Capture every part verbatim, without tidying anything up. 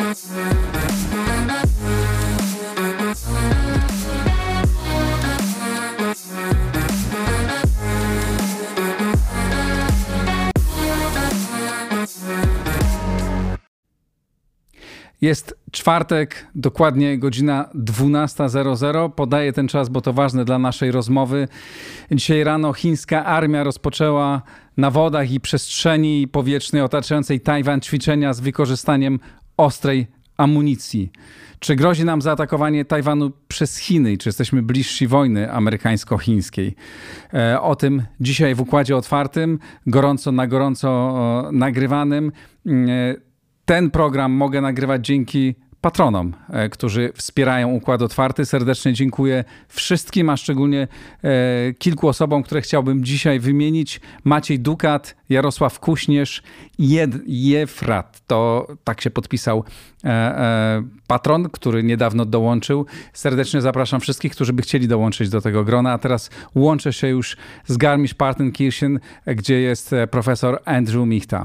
Jest czwartek, dokładnie godzina dwunasta zero zero. Podaję ten czas, bo to ważne dla naszej rozmowy. Dzisiaj rano chińska armia rozpoczęła na wodach i przestrzeni powietrznej otaczającej Tajwan ćwiczenia z wykorzystaniem ostrej amunicji. Czy grozi nam zaatakowanie Tajwanu przez Chiny? Czy jesteśmy bliżsi wojny amerykańsko-chińskiej? O tym dzisiaj w Układzie Otwartym, gorąco na gorąco nagrywanym. Ten program mogę nagrywać dzięki patronom, którzy wspierają Układ Otwarty. Serdecznie dziękuję wszystkim, a szczególnie kilku osobom, które chciałbym dzisiaj wymienić. Maciej Dukat, Jarosław Kuśnierz i Jed, Jefrat. To tak się podpisał patron, który niedawno dołączył. Serdecznie zapraszam wszystkich, którzy by chcieli dołączyć do tego grona. A teraz łączę się już z Garmisch-Partenkirchen, gdzie jest profesor Andrew Michta.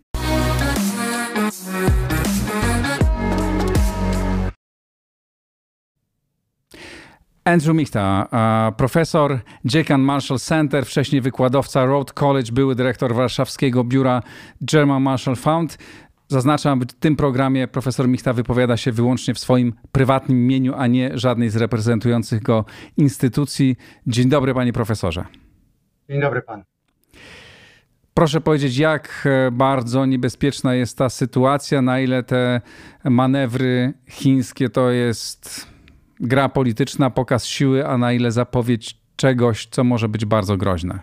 Andrew Michta, profesor, dziekan Marshall Center, wcześniej wykładowca Rhodes College, były dyrektor warszawskiego biura German Marshall Fund. Zaznaczam, w tym programie profesor Michta wypowiada się wyłącznie w swoim prywatnym imieniu, a nie żadnej z reprezentujących go instytucji. Dzień dobry, panie profesorze. Dzień dobry pan. Proszę powiedzieć, jak bardzo niebezpieczna jest ta sytuacja, na ile te manewry chińskie to jest gra polityczna, pokaz siły, a na ile zapowiedź czegoś, co może być bardzo groźne?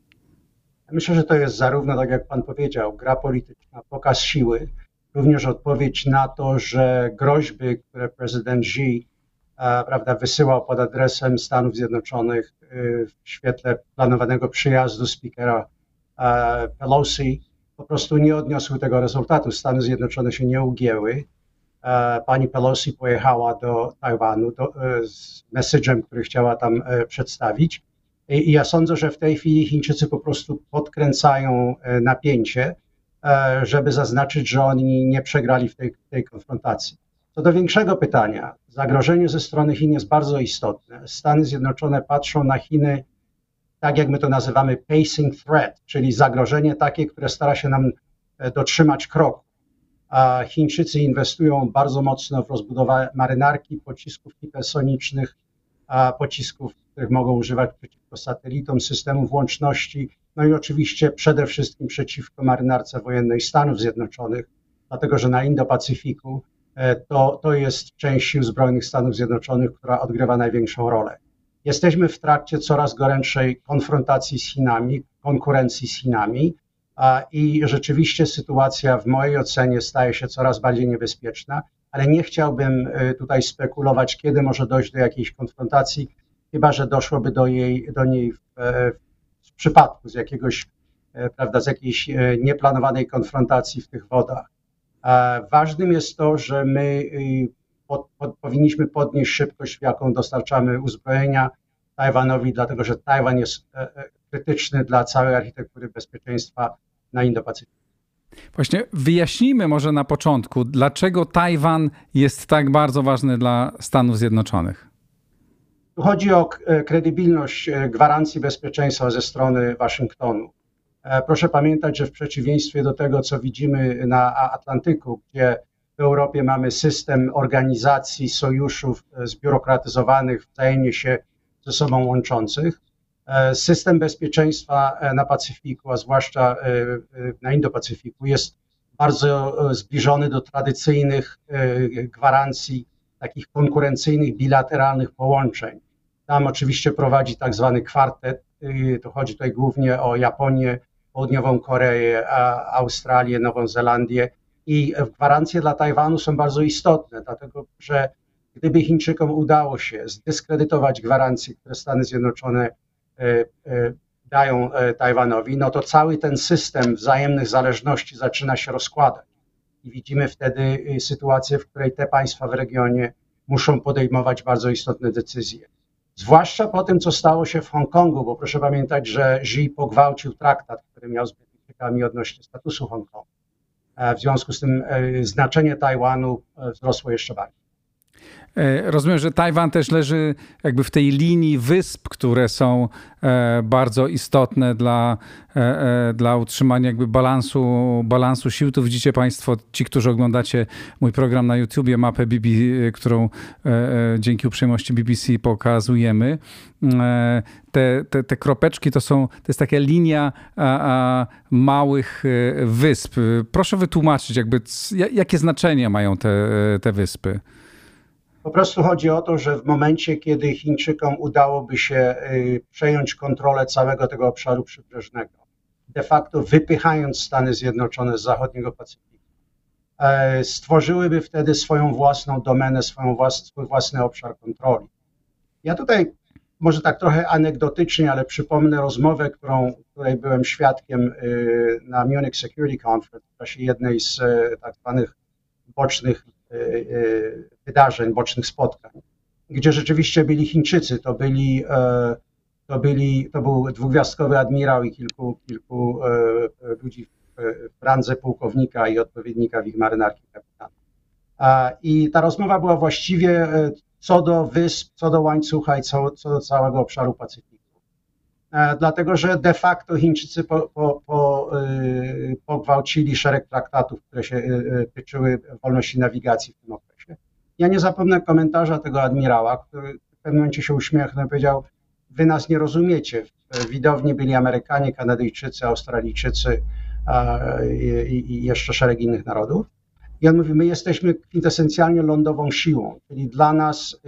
Myślę, że to jest zarówno, tak jak pan powiedział, gra polityczna, pokaz siły, również odpowiedź na to, że groźby, które prezydent Xi e, prawda, wysyłał pod adresem Stanów Zjednoczonych e, w świetle planowanego przyjazdu speakera e, Pelosi, po prostu nie odniosły tego rezultatu. Stany Zjednoczone się nie ugięły. Pani Pelosi pojechała do Tajwanu do, z message'em, który chciała tam przedstawić. I ja sądzę, że w tej chwili Chińczycy po prostu podkręcają napięcie, żeby zaznaczyć, że oni nie przegrali w tej, tej konfrontacji. Co do większego pytania, zagrożenie ze strony Chin jest bardzo istotne. Stany Zjednoczone patrzą na Chiny, tak jak my to nazywamy pacing threat, czyli zagrożenie takie, które stara się nam dotrzymać kroku. A Chińczycy inwestują bardzo mocno w rozbudowę marynarki, pocisków hipersonicznych, a pocisków, których mogą używać przeciwko satelitom, systemów łączności, no i oczywiście przede wszystkim przeciwko marynarce wojennej Stanów Zjednoczonych, dlatego że na Indo-Pacyfiku to, to jest część sił zbrojnych Stanów Zjednoczonych, która odgrywa największą rolę. Jesteśmy w trakcie coraz gorętszej konfrontacji z Chinami, konkurencji z Chinami. I rzeczywiście sytuacja w mojej ocenie staje się coraz bardziej niebezpieczna, ale nie chciałbym tutaj spekulować, kiedy może dojść do jakiejś konfrontacji, chyba że doszłoby do, jej, do niej w, w przypadku z jakiegoś, prawda, z jakiejś nieplanowanej konfrontacji w tych wodach. Ważnym jest to, że my pod, pod, powinniśmy podnieść szybkość, w jaką dostarczamy uzbrojenia Tajwanowi, dlatego że Tajwan jest krytyczny dla całej architektury bezpieczeństwa na Indo-Pacyfiku. Właśnie wyjaśnijmy może na początku, dlaczego Tajwan jest tak bardzo ważny dla Stanów Zjednoczonych. Tu chodzi o kredibilność gwarancji bezpieczeństwa ze strony Waszyngtonu. Proszę pamiętać, że w przeciwieństwie do tego, co widzimy na Atlantyku, gdzie w Europie mamy system organizacji, sojuszów zbiurokratyzowanych, wzajemnie się ze sobą łączących, system bezpieczeństwa na Pacyfiku, a zwłaszcza na Indo-Pacyfiku, jest bardzo zbliżony do tradycyjnych gwarancji, takich konkurencyjnych, bilateralnych połączeń. Tam oczywiście prowadzi tak zwany kwartet, to chodzi tutaj głównie o Japonię, Południową Koreę, Australię, Nową Zelandię i gwarancje dla Tajwanu są bardzo istotne, dlatego że gdyby Chińczykom udało się zdyskredytować gwarancje, które Stany Zjednoczone dają Tajwanowi, no to cały ten system wzajemnych zależności zaczyna się rozkładać. I widzimy wtedy sytuację, w której te państwa w regionie muszą podejmować bardzo istotne decyzje. Zwłaszcza po tym, co stało się w Hongkongu, bo proszę pamiętać, że Xi pogwałcił traktat, który miał z Brytyjczykami odnośnie statusu Hongkongu. W związku z tym znaczenie Tajwanu wzrosło jeszcze bardziej. Rozumiem, że Tajwan też leży jakby w tej linii wysp, które są bardzo istotne dla, dla utrzymania jakby balansu, balansu sił. Tu widzicie Państwo, ci, którzy oglądacie mój program na YouTubie, mapę B B, którą dzięki uprzejmości B B C pokazujemy. Te, te, te kropeczki to są, to jest taka linia a, a, małych wysp. Proszę wytłumaczyć, jakby, jakie znaczenie mają te, te wyspy. Po prostu chodzi o to, że w momencie, kiedy Chińczykom udałoby się przejąć kontrolę całego tego obszaru przybrzeżnego, de facto wypychając Stany Zjednoczone z zachodniego Pacyfiku, stworzyłyby wtedy swoją własną domenę, swoją włas, swój własny obszar kontroli. Ja tutaj może tak trochę anegdotycznie, ale przypomnę rozmowę, którą, której byłem świadkiem na Munich Security Conference w czasie jednej z tak zwanych bocznych wydarzeń, bocznych spotkań, gdzie rzeczywiście byli Chińczycy, to byli, to byli, to był dwugwiazdkowy admirał i kilku, kilku ludzi w randze pułkownika i odpowiednika w ich marynarki kapitana. I ta rozmowa była właściwie co do wysp, co do łańcucha i co, co do całego obszaru Pacyfiku. Dlatego, że de facto Chińczycy po, po, po, pogwałcili szereg traktatów, które się tyczyły wolności nawigacji w tym okresie. Ja nie zapomnę komentarza tego admirała, który w pewnym momencie się uśmiechnął i powiedział: wy nas nie rozumiecie. W widowni byli Amerykanie, Kanadyjczycy, Australijczycy i, i jeszcze szereg innych narodów. I on mówi: my jesteśmy kwintesencjalnie lądową siłą, czyli dla nas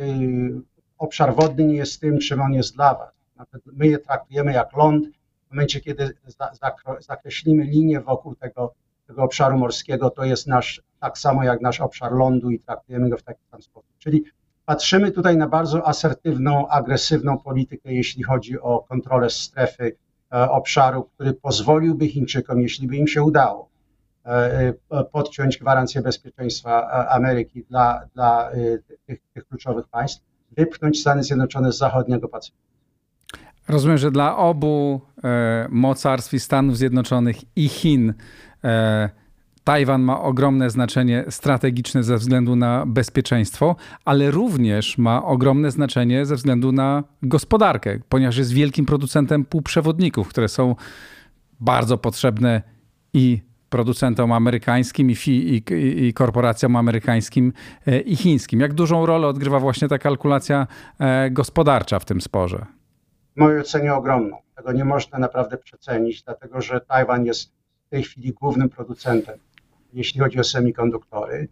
obszar wodny nie jest tym, czym on jest dla was. My je traktujemy jak ląd. W momencie, kiedy zakreślimy linię wokół tego, tego obszaru morskiego, to jest nasz, tak samo jak nasz obszar lądu i traktujemy go w taki sam sposób. Czyli patrzymy tutaj na bardzo asertywną, agresywną politykę, jeśli chodzi o kontrolę strefy e, obszaru, który pozwoliłby Chińczykom, jeśli by im się udało, e, podciąć gwarancję bezpieczeństwa Ameryki dla, dla e, tych, tych kluczowych państw, wypchnąć Stany Zjednoczone z zachodniego Pacyfiku. Rozumiem, że dla obu e, mocarstw i Stanów Zjednoczonych i Chin e, Tajwan ma ogromne znaczenie strategiczne ze względu na bezpieczeństwo, ale również ma ogromne znaczenie ze względu na gospodarkę, ponieważ jest wielkim producentem półprzewodników, które są bardzo potrzebne i producentom amerykańskim, i, fi, i, i korporacjom amerykańskim, e, i chińskim. Jak dużą rolę odgrywa właśnie ta kalkulacja e, gospodarcza w tym sporze? W mojej ocenie ogromną. Tego nie można naprawdę przecenić, dlatego że Tajwan jest w tej chwili głównym producentem, jeśli chodzi o semikonduktory.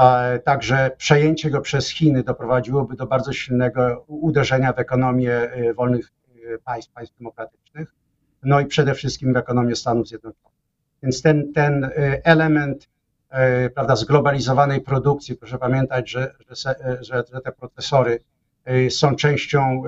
Także przejęcie go przez Chiny doprowadziłoby do bardzo silnego uderzenia w ekonomię wolnych państw, państw demokratycznych, no i przede wszystkim w ekonomię Stanów Zjednoczonych. Więc ten, ten element, prawda, zglobalizowanej produkcji, proszę pamiętać, że, że, że, że te procesory są częścią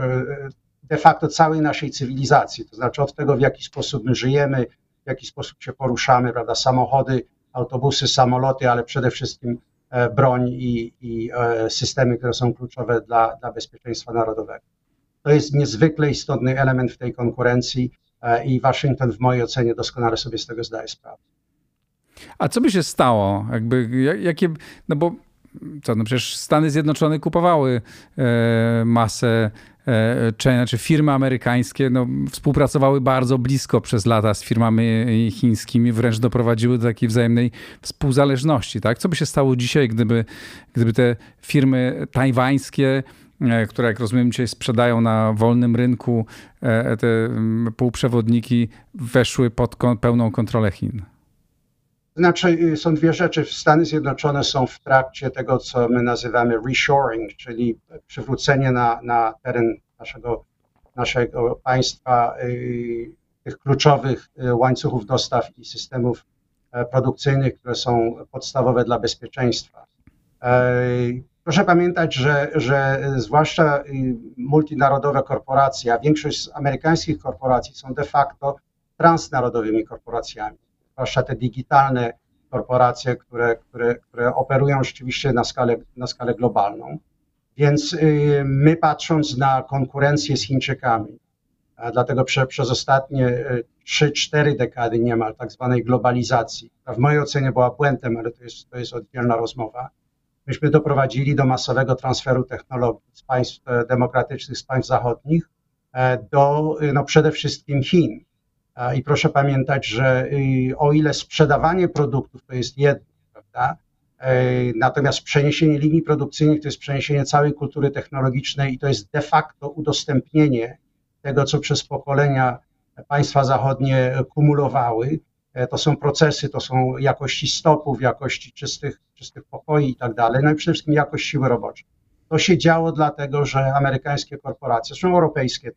de facto całej naszej cywilizacji, to znaczy od tego, w jaki sposób my żyjemy, w jaki sposób się poruszamy, prawda, samochody, autobusy, samoloty, ale przede wszystkim broń i, i systemy, które są kluczowe dla, dla bezpieczeństwa narodowego. To jest niezwykle istotny element w tej konkurencji i Waszyngton w mojej ocenie doskonale sobie z tego zdaje sprawę. A co by się stało? Jakby, jakie, no bo co, no przecież Stany Zjednoczone kupowały e, masę czy firmy amerykańskie no, współpracowały bardzo blisko przez lata z firmami chińskimi, wręcz doprowadziły do takiej wzajemnej współzależności. Tak? Co by się stało dzisiaj, gdyby, gdyby te firmy tajwańskie, które, jak rozumiem, dzisiaj sprzedają na wolnym rynku, te półprzewodniki weszły pod pełną kontrolę Chin? Znaczy, są dwie rzeczy. Stany Zjednoczone są w trakcie tego, co my nazywamy reshoring, czyli przywrócenie na, na teren naszego, naszego państwa y, tych kluczowych łańcuchów dostaw i systemów produkcyjnych, które są podstawowe dla bezpieczeństwa. Y, proszę pamiętać, że, że zwłaszcza multinarodowe korporacje, a większość z amerykańskich korporacji są de facto transnarodowymi korporacjami. Zwłaszcza te digitalne korporacje, które, które, które operują rzeczywiście na skalę, na skalę globalną. Więc my, patrząc na konkurencję z Chińczykami, Dlatego prze, przez ostatnie trzy cztery dekady niemal tak zwanej globalizacji, która w mojej ocenie była błędem, ale to jest, to jest oddzielna rozmowa, myśmy doprowadzili do masowego transferu technologii z państw demokratycznych, z państw zachodnich do no, przede wszystkim Chin. I proszę pamiętać, że o ile sprzedawanie produktów to jest jedno, prawda, natomiast przeniesienie linii produkcyjnych to jest przeniesienie całej kultury technologicznej i to jest de facto udostępnienie tego, co przez pokolenia państwa zachodnie kumulowały. To są procesy, to są jakości stopów, jakości czystych, czystych pokoi i tak dalej, no i przede wszystkim jakość siły roboczej. To się działo dlatego, że amerykańskie korporacje, zresztą europejskie,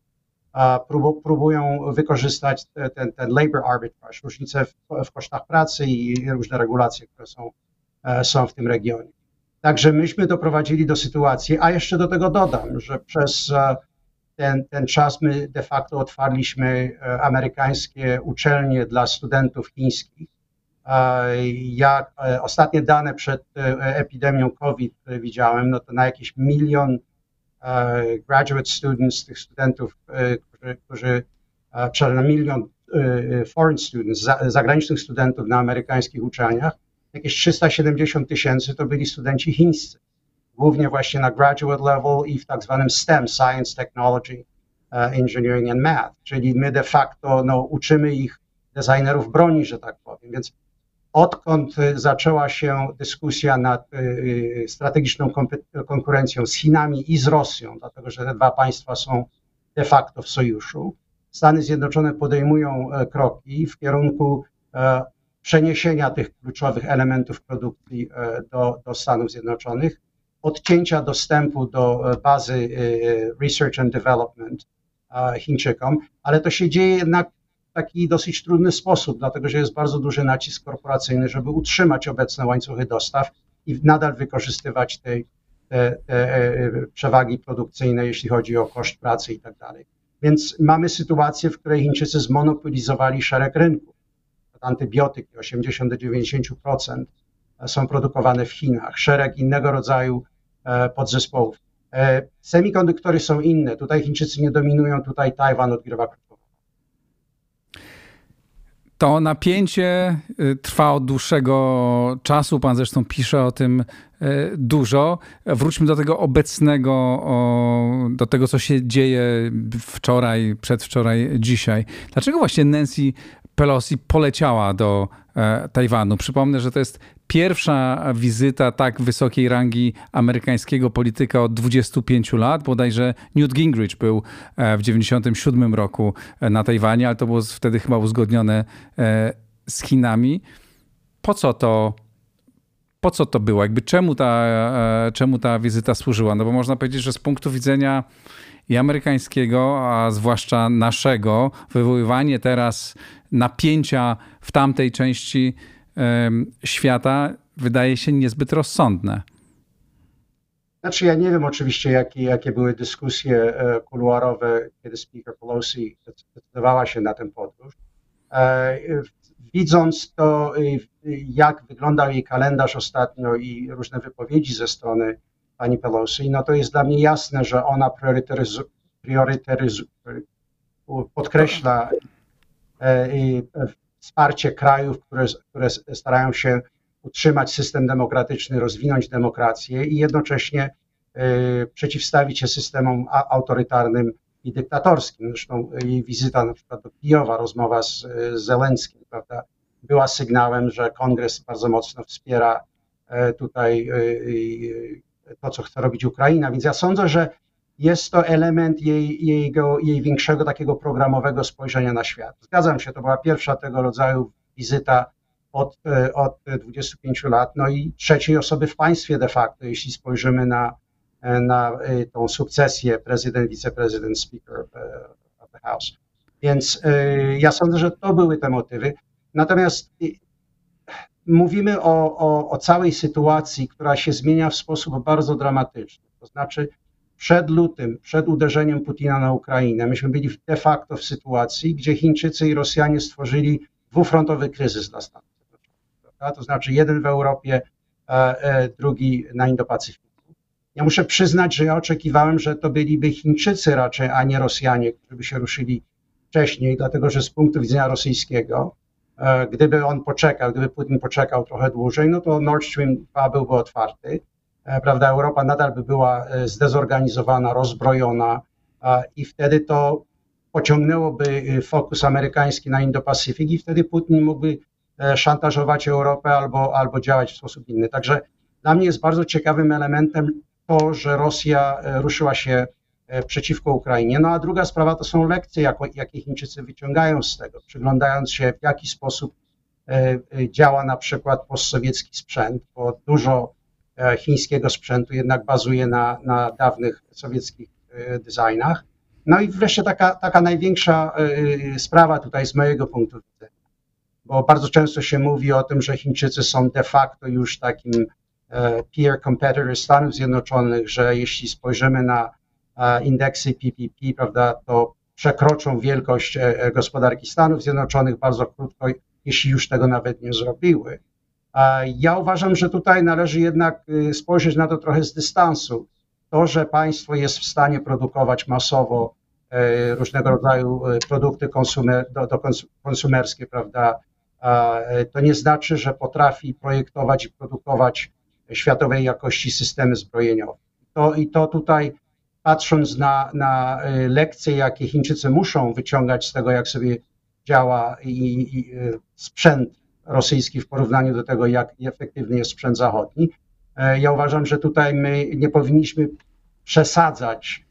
próbują wykorzystać ten, ten labor arbitrage, różnice w, w kosztach pracy i różne regulacje, które są, są w tym regionie. Także myśmy doprowadzili do sytuacji, a jeszcze do tego dodam, że przez ten, ten czas my de facto otwarliśmy amerykańskie uczelnie dla studentów chińskich. Ja ostatnie dane przed epidemią COVID, które widziałem, no to na jakieś milion graduate students, tych studentów, którzy, którzy przepraszam, na milion foreign students, zagranicznych studentów na amerykańskich uczelniach, jakieś trzysta siedemdziesiąt tysięcy to byli studenci chińscy, głównie właśnie na graduate level i w tak zwanym STEM, Science, Technology, Engineering and Math, czyli my de facto no, uczymy ich designerów broni, że tak powiem, więc odkąd zaczęła się dyskusja nad strategiczną konkurencją z Chinami i z Rosją, dlatego że te dwa państwa są de facto w sojuszu, Stany Zjednoczone podejmują kroki w kierunku przeniesienia tych kluczowych elementów produkcji do, do Stanów Zjednoczonych, odcięcia dostępu do bazy Research and Development Chińczykom, ale to się dzieje jednak w taki dosyć trudny sposób, dlatego że jest bardzo duży nacisk korporacyjny, żeby utrzymać obecne łańcuchy dostaw i nadal wykorzystywać te, te, te przewagi produkcyjne, jeśli chodzi o koszt pracy i tak dalej. Więc mamy sytuację, w której Chińczycy zmonopolizowali szereg rynków. Antybiotyki, osiemdziesiąt do dziewięćdziesięciu procent są produkowane w Chinach, szereg innego rodzaju podzespołów. Semikonduktory są inne, tutaj Chińczycy nie dominują, tutaj Tajwan odgrywa kluczową. To napięcie trwa od dłuższego czasu, pan zresztą pisze o tym dużo. Wróćmy do tego obecnego, do tego, co się dzieje wczoraj, przedwczoraj, dzisiaj. Dlaczego właśnie Nancy Pelosi poleciała do Tajwanu? Przypomnę, że to jest pierwsza wizyta tak wysokiej rangi amerykańskiego polityka od dwudziestu pięciu lat. Bodajże Newt Gingrich był w dziewięćdziesiątym siódmym roku na Tajwanie, ale to było wtedy chyba uzgodnione z Chinami. Po co to, po co to było? Jakby czemu ta, czemu ta wizyta służyła? No bo można powiedzieć, że z punktu widzenia i amerykańskiego, a zwłaszcza naszego, wywoływanie teraz napięcia w tamtej części um, świata wydaje się niezbyt rozsądne. Znaczy ja nie wiem oczywiście, jakie, jakie były dyskusje kuluarowe, kiedy speaker Pelosi decydowała się na tę podróż. Widząc to, jak wyglądał jej kalendarz ostatnio i różne wypowiedzi ze strony pani Pelosi, no to jest dla mnie jasne, że ona prioryteryzuje, prioryteryzu, podkreśla wsparcie krajów, które, które starają się utrzymać system demokratyczny, rozwinąć demokrację i jednocześnie przeciwstawić się systemom autorytarnym i dyktatorskim. Zresztą jej wizyta na przykład do Kijowa, rozmowa z, z Zelenskim, prawda, była sygnałem, że Kongres bardzo mocno wspiera tutaj to, co chce robić Ukraina. Więc ja sądzę, że jest to element jej, jego, jej większego takiego programowego spojrzenia na świat. Zgadzam się, to była pierwsza tego rodzaju wizyta od, od dwudziestu pięciu lat, no i trzeciej osoby w państwie de facto, jeśli spojrzymy na, na tą sukcesję prezydent, wiceprezydent, speaker of the House. Więc ja sądzę, że to były te motywy. Natomiast mówimy o, o, o całej sytuacji, która się zmienia w sposób bardzo dramatyczny. To znaczy przed lutym, przed uderzeniem Putina na Ukrainę, myśmy byli de facto w sytuacji, gdzie Chińczycy i Rosjanie stworzyli dwufrontowy kryzys dla Stanów Zjednoczonych. To znaczy jeden w Europie, drugi na Indo-Pacyfiku. Ja muszę przyznać, że ja oczekiwałem, że to byliby Chińczycy raczej, a nie Rosjanie, którzy by się ruszyli wcześniej, dlatego że z punktu widzenia rosyjskiego, gdyby on poczekał, gdyby Putin poczekał trochę dłużej, no to Nord Stream dwa byłby otwarty, prawda, Europa nadal by była zdezorganizowana, rozbrojona i wtedy to pociągnęłoby fokus amerykański na Indo-Pacyfik i wtedy Putin mógłby szantażować Europę albo, albo działać w sposób inny. Także dla mnie jest bardzo ciekawym elementem to, że Rosja ruszyła się przeciwko Ukrainie. No a druga sprawa to są lekcje, jakie Chińczycy wyciągają z tego, przyglądając się, w jaki sposób działa na przykład postsowiecki sprzęt, bo dużo chińskiego sprzętu jednak bazuje na, na dawnych sowieckich designach. No i wreszcie taka, taka największa sprawa tutaj z mojego punktu widzenia, bo bardzo często się mówi o tym, że Chińczycy są de facto już takim peer competitor Stanów Zjednoczonych, że jeśli spojrzymy na indeksy P P P, prawda, to przekroczą wielkość gospodarki Stanów Zjednoczonych bardzo krótko, jeśli już tego nawet nie zrobiły. Ja uważam, że tutaj należy jednak spojrzeć na to trochę z dystansu. To, że państwo jest w stanie produkować masowo różnego rodzaju produkty konsumer, do, do konsumerskie, prawda, to nie znaczy, że potrafi projektować i produkować światowej jakości systemy zbrojeniowe. To, I to tutaj, patrząc na, na lekcje, jakie Chińczycy muszą wyciągać z tego, jak sobie działa i, i sprzęt rosyjski w porównaniu do tego, jak efektywny jest sprzęt zachodni, ja uważam, że tutaj my nie powinniśmy przesadzać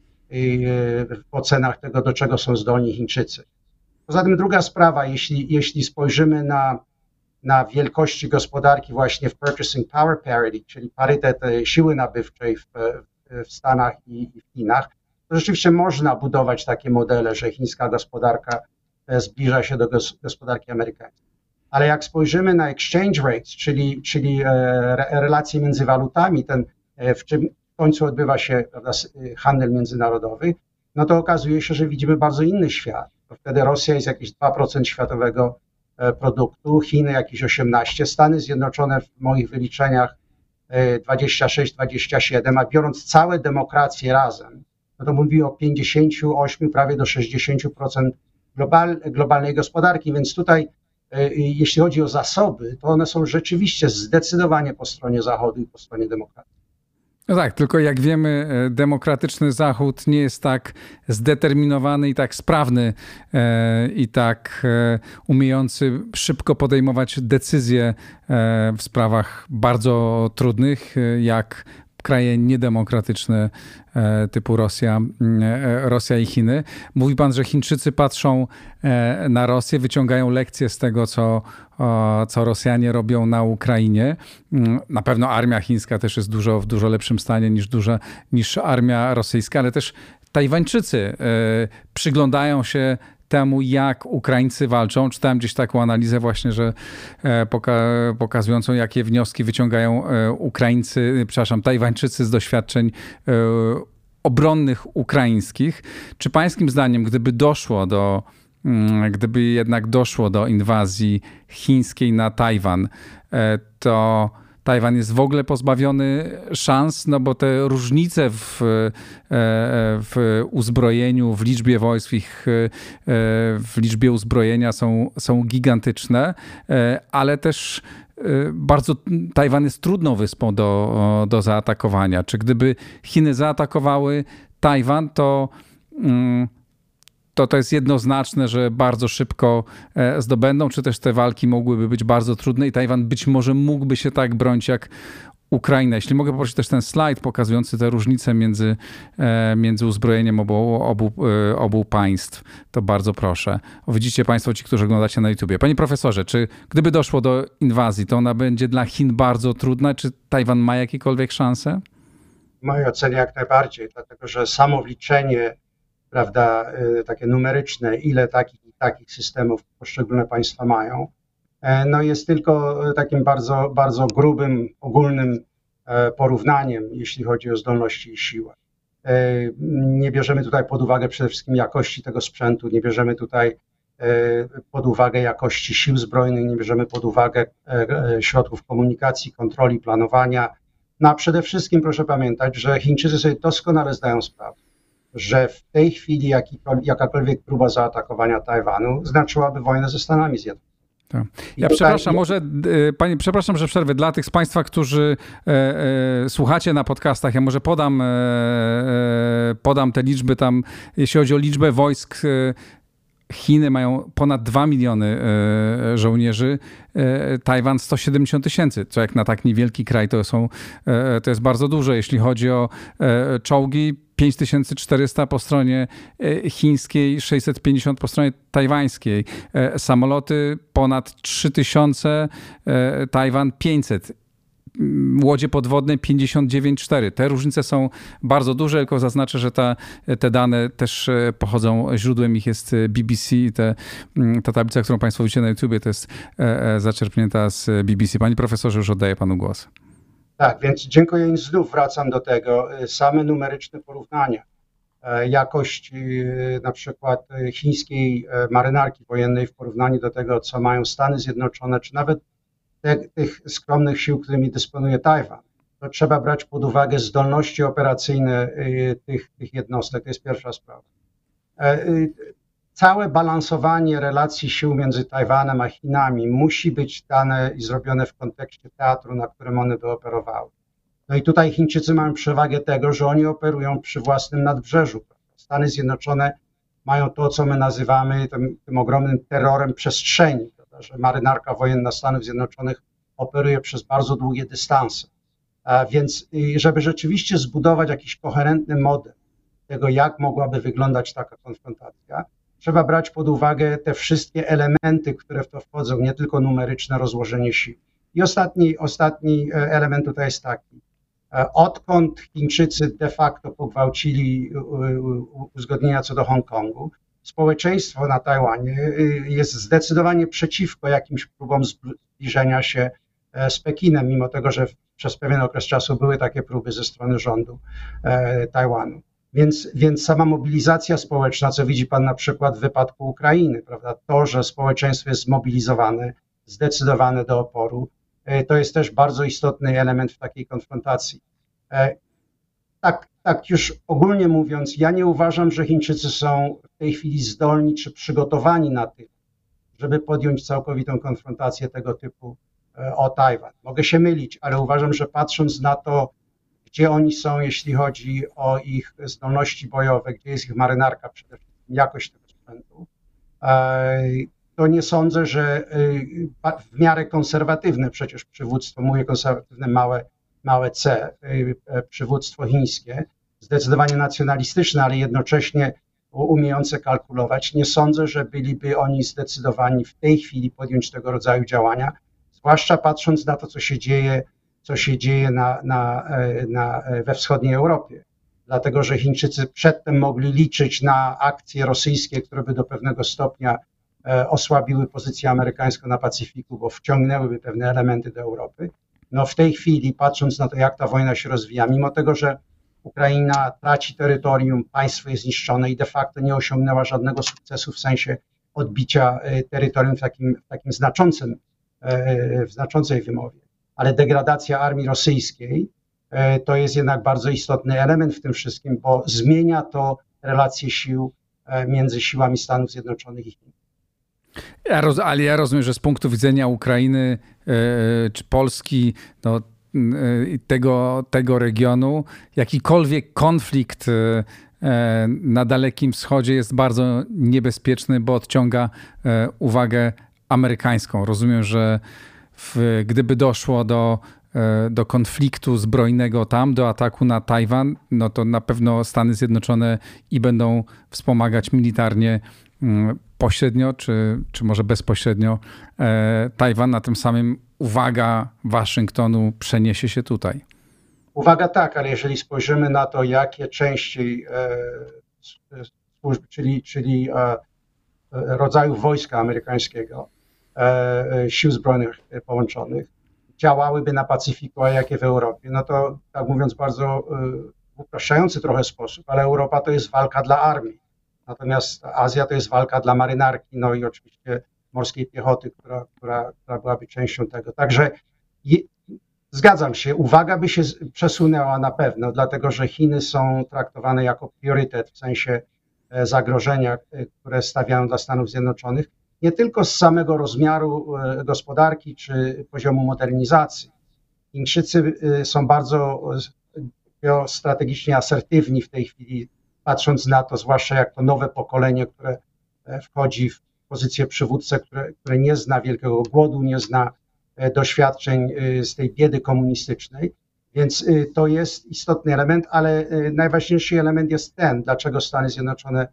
w ocenach tego, do czego są zdolni Chińczycy. Poza tym druga sprawa, jeśli, jeśli spojrzymy na, na wielkości gospodarki właśnie w Purchasing Power Parity, czyli parytet siły nabywczej w, w Stanach i, i w Chinach, to rzeczywiście można budować takie modele, że chińska gospodarka zbliża się do gospodarki amerykańskiej. Ale jak spojrzymy na exchange rates, czyli, czyli relacje między walutami, ten, w czym w końcu odbywa się, prawda, handel międzynarodowy, no to okazuje się, że widzimy bardzo inny świat. To wtedy Rosja jest jakieś dwa procent światowego produktu, Chiny jakieś osiemnaście procent, Stany Zjednoczone w moich wyliczeniach dwadzieścia sześć dwadzieścia siedem procent, a biorąc całe demokracje razem, no to mówi o pięćdziesiąt osiem, prawie do sześćdziesiąt procent global, globalnej gospodarki, więc tutaj jeśli chodzi o zasoby, to one są rzeczywiście zdecydowanie po stronie Zachodu i po stronie demokracji. No tak, tylko jak wiemy, demokratyczny Zachód nie jest tak zdeterminowany i tak sprawny e, i tak e, umiejący szybko podejmować decyzje e, w sprawach bardzo trudnych, jak kraje niedemokratyczne e, typu Rosja, e, Rosja i Chiny. Mówi pan, że Chińczycy patrzą e, na Rosję, wyciągają lekcje z tego, co, o, co Rosjanie robią na Ukrainie. Na pewno armia chińska też jest dużo, w dużo lepszym stanie niż, duża, niż armia rosyjska, ale też Tajwańczycy e, przyglądają się temu, jak Ukraińcy walczą. Czytałem gdzieś taką analizę właśnie, że poka- pokazującą, jakie wnioski wyciągają Ukraińcy, przepraszam, Tajwańczycy z doświadczeń obronnych ukraińskich. Czy pańskim zdaniem, gdyby doszło do, gdyby jednak doszło do inwazji chińskiej na Tajwan, to Tajwan jest w ogóle pozbawiony szans, no bo te różnice w, w uzbrojeniu, w liczbie wojsk, w, ich, w liczbie uzbrojenia są, są gigantyczne, ale też bardzo Tajwan jest trudną wyspą do, do zaatakowania. Czy gdyby Chiny zaatakowały Tajwan, to to to jest jednoznaczne, że bardzo szybko zdobędą, czy też te walki mogłyby być bardzo trudne i Tajwan być może mógłby się tak bronić jak Ukraina. Jeśli mogę poprosić też ten slajd pokazujący te różnice między, między uzbrojeniem obu, obu, obu państw, to bardzo proszę. O, widzicie państwo, ci, którzy oglądacie na YouTubie. Panie profesorze, czy gdyby doszło do inwazji, to ona będzie dla Chin bardzo trudna? Czy Tajwan ma jakiekolwiek szanse? W mojej ocenie jak najbardziej, dlatego że samo wliczenie, prawda, takie numeryczne, ile takich i takich systemów poszczególne państwa mają, no jest tylko takim bardzo, bardzo grubym, ogólnym porównaniem, jeśli chodzi o zdolności i siłę. Nie bierzemy tutaj pod uwagę przede wszystkim jakości tego sprzętu, nie bierzemy tutaj pod uwagę jakości sił zbrojnych, nie bierzemy pod uwagę środków komunikacji, kontroli, planowania, No a przede wszystkim proszę pamiętać, że Chińczycy sobie doskonale zdają sprawę, że w tej chwili jakakolwiek próba zaatakowania Tajwanu znaczyłaby wojnę ze Stanami Zjednoczonymi. Tak. Ja tutaj... przepraszam, może panie, przepraszam, że przerwę. Dla tych z Państwa, którzy e, e, słuchacie na podcastach, ja może podam, e, e, podam te liczby tam, jeśli chodzi o liczbę wojsk. E, Chiny mają ponad dwa miliony e, żołnierzy, e, Tajwan sto siedemdziesiąt tysięcy, co jak na tak niewielki kraj to, są, e, to jest bardzo dużo. Jeśli chodzi o e, czołgi, pięć tysięcy czterysta po stronie chińskiej, sześćset pięćdziesiąt po stronie tajwańskiej. E, samoloty ponad trzy tysiące, e, Tajwan pięćset. Łodzie podwodne pięćdziesiąt dziewięć przecinek cztery. Te różnice są bardzo duże, tylko zaznaczę, że ta, te dane też pochodzą, źródłem ich jest B B C. Te, ta tablica, którą Państwo widzicie na YouTubie, to jest zaczerpnięta z B B C. Panie profesorze, już oddaję Panu głos. Tak, więc dziękuję i znów wracam do tego. Same numeryczne porównania. Jakość na przykład chińskiej marynarki wojennej w porównaniu do tego, co mają Stany Zjednoczone, czy nawet te, tych skromnych sił, którymi dysponuje Tajwan, to trzeba brać pod uwagę zdolności operacyjne tych, tych jednostek. To jest pierwsza sprawa. Całe balansowanie relacji sił między Tajwanem a Chinami musi być dane i zrobione w kontekście teatru, na którym one by operowały. No i tutaj Chińczycy mają przewagę tego, że oni operują przy własnym nadbrzeżu. Stany Zjednoczone mają to, co my nazywamy tym, tym ogromnym terrorem przestrzeni, prawda, że marynarka wojenna Stanów Zjednoczonych operuje przez bardzo długie dystanse. A więc żeby rzeczywiście zbudować jakiś koherentny model tego, jak mogłaby wyglądać taka konfrontacja, trzeba brać pod uwagę te wszystkie elementy, które w to wchodzą, nie tylko numeryczne rozłożenie sił. I ostatni, ostatni element tutaj jest taki. Odkąd Chińczycy de facto pogwałcili uzgodnienia co do Hongkongu, społeczeństwo na Tajwanie jest zdecydowanie przeciwko jakimś próbom zbliżenia się z Pekinem, mimo tego, że przez pewien okres czasu były takie próby ze strony rządu Tajwanu. Więc, więc sama mobilizacja społeczna, co widzi pan na przykład w wypadku Ukrainy, prawda? To, że społeczeństwo jest zmobilizowane, zdecydowane do oporu, to jest też bardzo istotny element w takiej konfrontacji. Tak, tak już ogólnie mówiąc, ja nie uważam, że Chińczycy są w tej chwili zdolni czy przygotowani na tyle, żeby podjąć całkowitą konfrontację tego typu o Tajwan. Mogę się mylić, ale uważam, że patrząc na to, gdzie oni są, jeśli chodzi o ich zdolności bojowe, gdzie jest ich marynarka, przede wszystkim jakość tego sprzętu, to nie sądzę, że w miarę konserwatywne przecież przywództwo, mówię konserwatywne małe, małe C, przywództwo chińskie, zdecydowanie nacjonalistyczne, ale jednocześnie umiejące kalkulować, nie sądzę, że byliby oni zdecydowani w tej chwili podjąć tego rodzaju działania, zwłaszcza patrząc na to, co się dzieje, co się dzieje na, na, na, we wschodniej Europie. Dlatego, że Chińczycy przedtem mogli liczyć na akcje rosyjskie, które by do pewnego stopnia osłabiły pozycję amerykańską na Pacyfiku, bo wciągnęłyby pewne elementy do Europy. No w tej chwili, patrząc na to, jak ta wojna się rozwija, mimo tego, że Ukraina traci terytorium, państwo jest zniszczone i de facto nie osiągnęła żadnego sukcesu w sensie odbicia terytorium w takim, w takim znaczącym, w znaczącej wymowie. Ale degradacja armii rosyjskiej to jest jednak bardzo istotny element w tym wszystkim, bo zmienia to relacje sił między siłami Stanów Zjednoczonych i Chin. Ja roz, ale ja rozumiem, że z punktu widzenia Ukrainy yy, czy Polski, no, yy, tego, tego regionu, jakikolwiek konflikt yy, na Dalekim Wschodzie jest bardzo niebezpieczny, bo odciąga yy, uwagę amerykańską. Rozumiem, że w, gdyby doszło do, yy, do konfliktu zbrojnego tam, do ataku na Tajwan, no to na pewno Stany Zjednoczone i będą wspomagać militarnie yy, pośrednio, czy, czy może bezpośrednio e, Tajwan, na tym samym uwaga Waszyngtonu przeniesie się tutaj. Uwaga tak, ale jeżeli spojrzymy na to, jakie części e, służb, czyli, czyli e, rodzaju wojska amerykańskiego, e, sił zbrojnych połączonych, działałyby na Pacyfiku, a jakie w Europie, no to tak mówiąc bardzo e, w upraszczający trochę sposób, ale Europa to jest walka dla armii. Natomiast Azja to jest walka dla marynarki, no i oczywiście morskiej piechoty, która, która, która byłaby częścią tego. Także je, Zgadzam się, uwaga by się przesunęła na pewno, dlatego że Chiny są traktowane jako priorytet w sensie zagrożenia, które stawiają dla Stanów Zjednoczonych, nie tylko z samego rozmiaru gospodarki czy poziomu modernizacji. Chińczycy są bardzo geostrategicznie asertywni w tej chwili, patrząc na to, zwłaszcza jak to nowe pokolenie, które wchodzi w pozycję przywódcę, które, które nie zna wielkiego głodu, nie zna doświadczeń z tej biedy komunistycznej. Więc to jest istotny element, ale najważniejszy element jest ten, dlaczego Stany Zjednoczone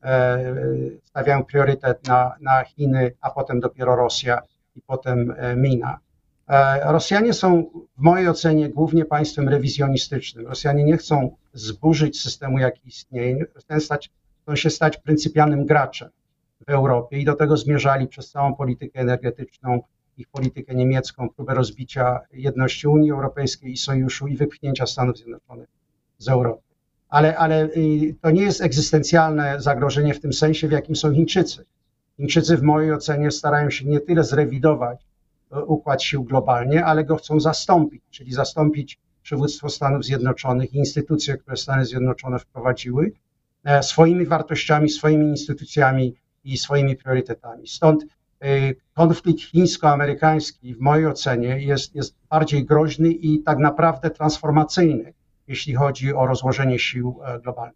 stawiają priorytet na, na Chiny, a potem dopiero Rosja i potem Mina. Rosjanie są w mojej ocenie głównie państwem rewizjonistycznym. Rosjanie nie chcą zburzyć systemu, jaki istnieje, chcą, stać, chcą się stać pryncypialnym graczem w Europie i do tego zmierzali przez całą politykę energetyczną, ich politykę niemiecką, próbę rozbicia jedności Unii Europejskiej i sojuszu i wypchnięcia Stanów Zjednoczonych z Europy. Ale, ale to nie jest egzystencjalne zagrożenie w tym sensie, w jakim są Chińczycy. Chińczycy w mojej ocenie starają się nie tyle zrewidować układ sił globalnie, ale go chcą zastąpić, czyli zastąpić przywództwo Stanów Zjednoczonych i instytucje, które Stany Zjednoczone wprowadziły, swoimi wartościami, swoimi instytucjami i swoimi priorytetami. Stąd konflikt chińsko-amerykański w mojej ocenie jest, jest bardziej groźny i tak naprawdę transformacyjny, jeśli chodzi o rozłożenie sił globalnych.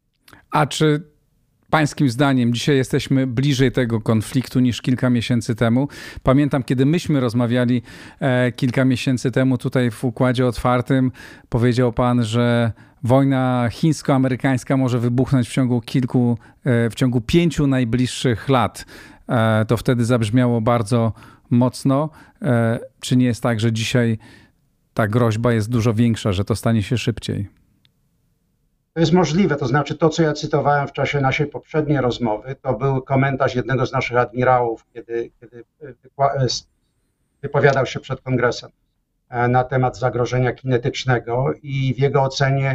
A czy pańskim zdaniem dzisiaj jesteśmy bliżej tego konfliktu niż kilka miesięcy temu? Pamiętam, kiedy myśmy rozmawiali e, kilka miesięcy temu tutaj w Układzie Otwartym, powiedział pan, że wojna chińsko-amerykańska może wybuchnąć w ciągu kilku, e, w ciągu pięciu najbliższych lat. E, to wtedy zabrzmiało bardzo mocno. E, czy nie jest tak, że dzisiaj ta groźba jest dużo większa, że to stanie się szybciej? To jest możliwe, to znaczy to, co ja cytowałem w czasie naszej poprzedniej rozmowy, to był komentarz jednego z naszych admirałów, kiedy, kiedy wypowiadał się przed Kongresem na temat zagrożenia kinetycznego i w jego ocenie,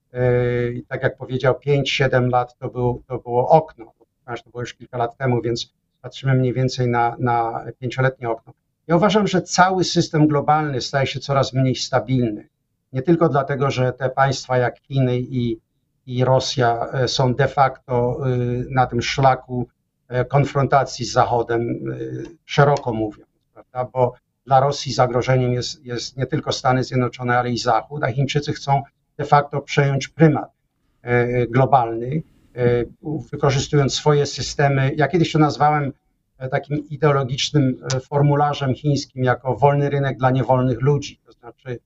tak jak powiedział, pięć siedem lat to, był, to było okno, ponieważ to było już kilka lat temu, więc patrzymy mniej więcej na, na pięcioletnie okno. Ja uważam, że cały system globalny staje się coraz mniej stabilny. Nie tylko dlatego, że te państwa jak Chiny i, i Rosja są de facto na tym szlaku konfrontacji z Zachodem, szeroko mówiąc, prawda? Bo dla Rosji zagrożeniem jest, jest nie tylko Stany Zjednoczone, ale i Zachód, a Chińczycy chcą de facto przejąć prymat globalny, wykorzystując swoje systemy. Ja kiedyś to nazwałem takim ideologicznym formularzem chińskim jako wolny rynek dla niewolnych ludzi, to znaczy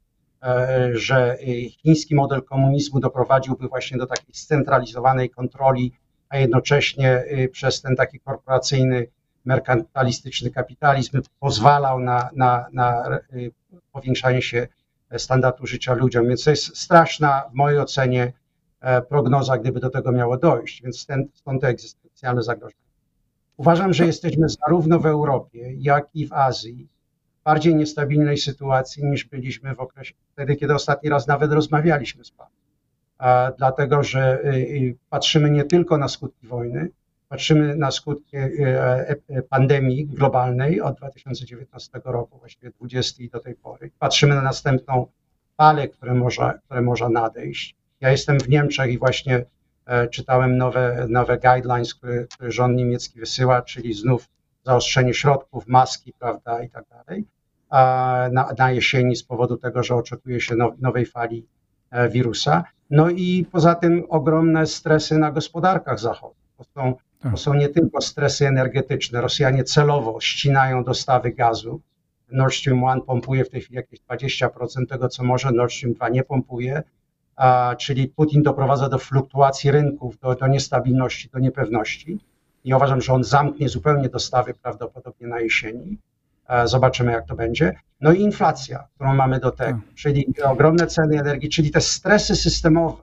że chiński model komunizmu doprowadziłby właśnie do takiej scentralizowanej kontroli, a jednocześnie przez ten taki korporacyjny, merkantilistyczny kapitalizm pozwalał na, na, na powiększanie się standardu życia ludziom. Więc to jest straszna, w mojej ocenie, prognoza, gdyby do tego miało dojść. Więc stąd, stąd to egzystencjalne zagrożenie. Uważam, że jesteśmy zarówno w Europie, jak i w Azji w bardziej niestabilnej sytuacji niż byliśmy w okresie wtedy, kiedy ostatni raz nawet rozmawialiśmy z panem. A, dlatego, że y, patrzymy nie tylko na skutki wojny, patrzymy na skutki y, y, pandemii globalnej od dwa tysiące dziewiętnastego roku, właściwie dwudziestego i do tej pory. Patrzymy na następną falę, które może, które może nadejść. Ja jestem w Niemczech i właśnie e, czytałem nowe, nowe guidelines, które, które rząd niemiecki wysyła, czyli znów zaostrzenie środków, maski, prawda, i tak dalej, na, na jesieni z powodu tego, że oczekuje się now, nowej fali wirusa. No i poza tym ogromne stresy na gospodarkach zachodu. To są, to są nie tylko stresy energetyczne. Rosjanie celowo ścinają dostawy gazu. Nord Stream jeden pompuje w tej chwili jakieś dwadzieścia procent tego, co może, Nord Stream dwa nie pompuje, a, czyli Putin doprowadza do fluktuacji rynków, do, do niestabilności, do niepewności. I uważam, że on zamknie zupełnie dostawy prawdopodobnie na jesieni. Zobaczymy, jak to będzie. No i inflacja, którą mamy do tego, czyli ogromne ceny energii, czyli te stresy systemowe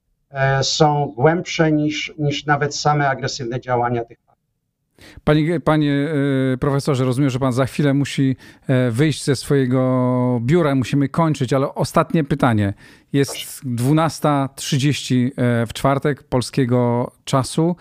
są głębsze niż, niż nawet same agresywne działania tych państw. Panie, panie profesorze, rozumiem, że pan za chwilę musi wyjść ze swojego biura, musimy kończyć, ale ostatnie pytanie. Jest dwunasta trzydzieści w czwartek polskiego czasu.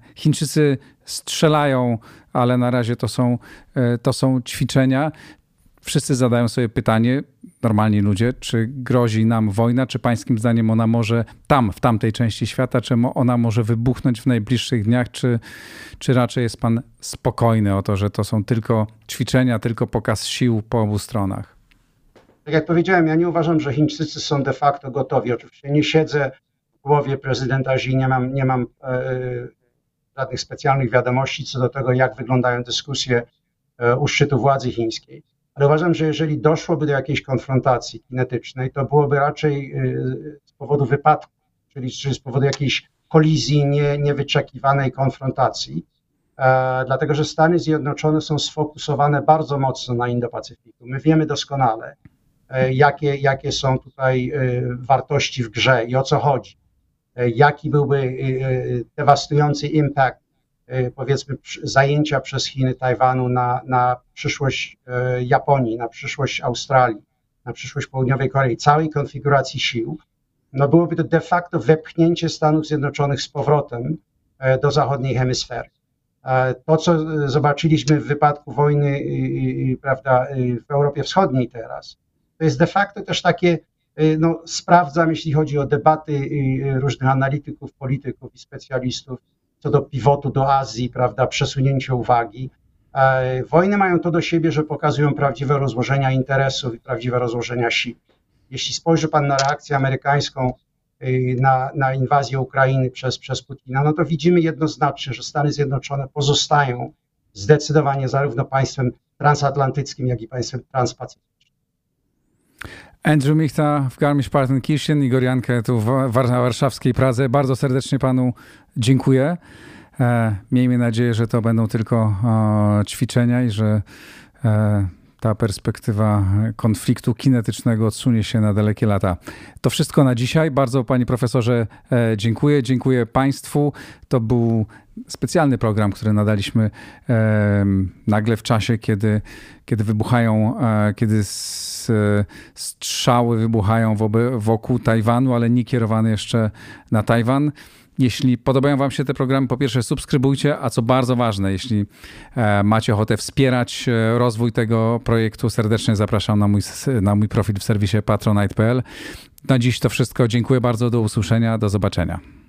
Chińczycy strzelają, ale na razie to są, to są ćwiczenia. wszyscy zadają sobie pytanie, normalni ludzie, czy grozi nam wojna, czy pańskim zdaniem ona może tam, w tamtej części świata, czy ona może wybuchnąć w najbliższych dniach, czy, czy raczej jest pan spokojny o to, że to są tylko ćwiczenia, tylko pokaz sił po obu stronach? Tak jak powiedziałem, ja nie uważam, że Chińczycy są de facto gotowi. Oczywiście nie siedzę w głowie prezydenta Xi, nie mam, nie mam e, żadnych specjalnych wiadomości co do tego, jak wyglądają dyskusje e, u szczytu władzy chińskiej. Ale uważam, że jeżeli doszłoby do jakiejś konfrontacji kinetycznej, to byłoby raczej e, z powodu wypadku, czyli, czyli z powodu jakiejś kolizji, nie, niewyczekiwanej konfrontacji. E, dlatego, że Stany Zjednoczone są sfokusowane bardzo mocno na Indo-Pacyfiku. My wiemy doskonale, Jakie, jakie są tutaj wartości w grze i o co chodzi. Jaki byłby dewastujący impact, powiedzmy, zajęcia przez Chiny Tajwanu na, na przyszłość Japonii, na przyszłość Australii, na przyszłość Południowej Korei, całej konfiguracji sił. No byłoby to de facto wepchnięcie Stanów Zjednoczonych z powrotem do zachodniej hemisfery. To, co zobaczyliśmy w wypadku wojny, prawda, w Europie Wschodniej teraz, to jest de facto też takie, no sprawdzam, jeśli chodzi o debaty różnych analityków, polityków i specjalistów co do pivotu do Azji, prawda, przesunięcia uwagi. Wojny mają to do siebie, że pokazują prawdziwe rozłożenia interesów i prawdziwe rozłożenia sił. Jeśli spojrzy pan na reakcję amerykańską na, na inwazję Ukrainy przez, przez Putina, no to widzimy jednoznacznie, że Stany Zjednoczone pozostają zdecydowanie zarówno państwem transatlantyckim, jak i państwem transpacyficznym. Andrew Michta w Garmisch-Partenkirchen, Igor Jankę tu w warszawskiej Pradze. Bardzo serdecznie panu dziękuję. Miejmy nadzieję, że to będą tylko ćwiczenia i że ta perspektywa konfliktu kinetycznego odsunie się na dalekie lata. To wszystko na dzisiaj. Bardzo panie profesorze dziękuję. Dziękuję państwu. To był specjalny program, który nadaliśmy e, nagle w czasie, kiedy, kiedy wybuchają, e, kiedy s, strzały wybuchają wobe, wokół Tajwanu, ale nie kierowane jeszcze na Tajwan. Jeśli podobają wam się te programy, po pierwsze subskrybujcie, a co bardzo ważne, jeśli e, macie ochotę wspierać rozwój tego projektu, serdecznie zapraszam na mój, na mój profil w serwisie patronite kropka p l. Na dziś to wszystko. Dziękuję bardzo, do usłyszenia, do zobaczenia.